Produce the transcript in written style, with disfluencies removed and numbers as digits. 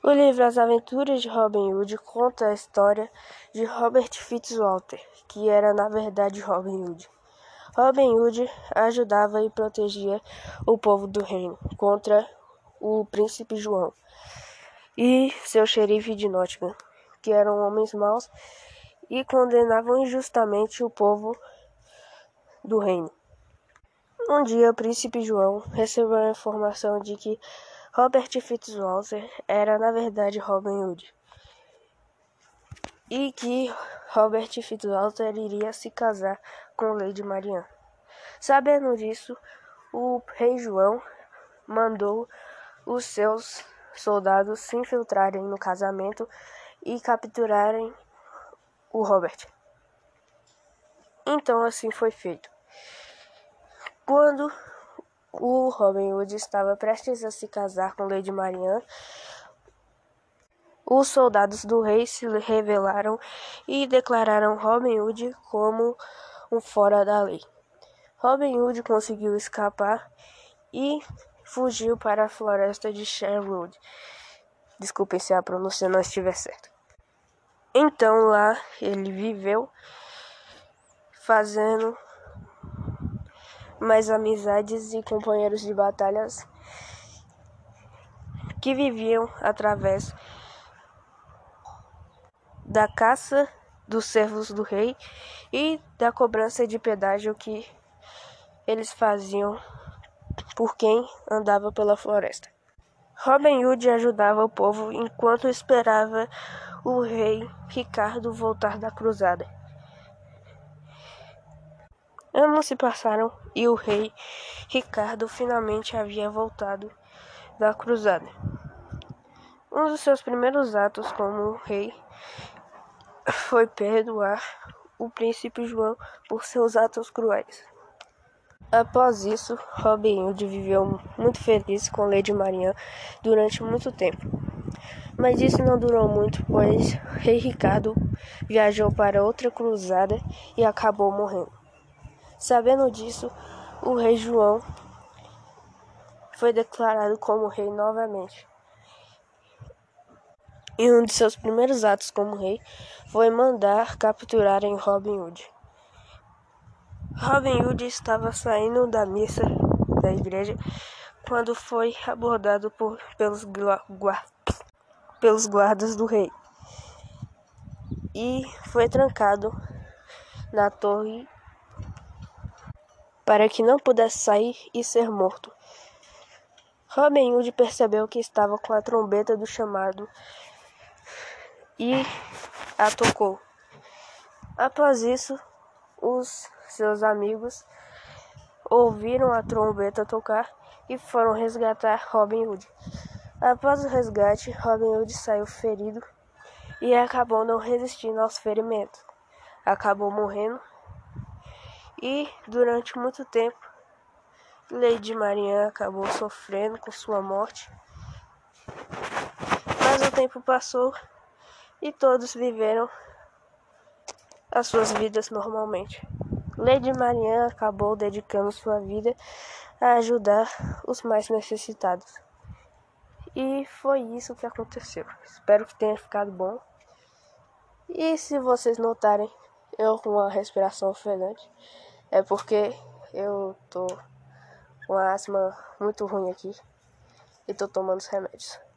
O livro As Aventuras de Robin Hood conta a história de Robert Fitzwalter, que era na verdade Robin Hood. Robin Hood ajudava e protegia o povo do reino contra o príncipe João e seu xerife de Nottingham, que eram homens maus e condenavam injustamente o povo do reino. Um dia, o príncipe João recebeu a informação de que Robert Fitzwalter era, na verdade, Robin Hood, e que Robert Fitzwalter iria se casar com Lady Marianne. Sabendo disso, o rei João mandou os seus soldados se infiltrarem no casamento e capturarem o Robert. Então, assim foi feito. Quando o Robin Hood estava prestes a se casar com Lady Marianne, os soldados do rei se rebelaram e declararam Robin Hood como um fora da lei. Robin Hood conseguiu escapar e fugiu para a floresta de Sherwood. Desculpem se a pronúncia não estiver certa. Então lá ele viveu fazendo mais amizades e companheiros de batalhas que viviam através da caça dos servos do rei e da cobrança de pedágio que eles faziam por quem andava pela floresta. Robin Hood ajudava o povo enquanto esperava o rei Ricardo voltar da cruzada. Anos se passaram e o rei Ricardo finalmente havia voltado da cruzada. Um dos seus primeiros atos como rei foi perdoar o príncipe João por seus atos cruéis. Após isso, Robin Hood viveu muito feliz com Lady Marianne durante muito tempo. Mas isso não durou muito, pois Rei Ricardo viajou para outra cruzada e acabou morrendo. Sabendo disso, o rei João foi declarado como rei novamente. E um de seus primeiros atos como rei foi mandar capturarem Robin Hood. Robin Hood estava saindo da missa da igreja quando foi abordado pelos guardas do rei e foi trancado na torre para que não pudesse sair e ser morto. Robin Hood percebeu que estava com a trombeta do chamado e a tocou. Após isso, os seus amigos ouviram a trombeta tocar e foram resgatar Robin Hood. Após o resgate, Robin Hood saiu ferido e acabou não resistindo aos ferimentos. Acabou morrendo e, durante muito tempo, Lady Marianne acabou sofrendo com sua morte. Mas o tempo passou e todos viveram as suas vidas normalmente. Lady Marianne acabou dedicando sua vida a ajudar os mais necessitados. E foi isso que aconteceu. Espero que tenha ficado bom. E se vocês notarem eu com uma respiração ofegante, é porque eu tô com uma asma muito ruim aqui e tô tomando os remédios.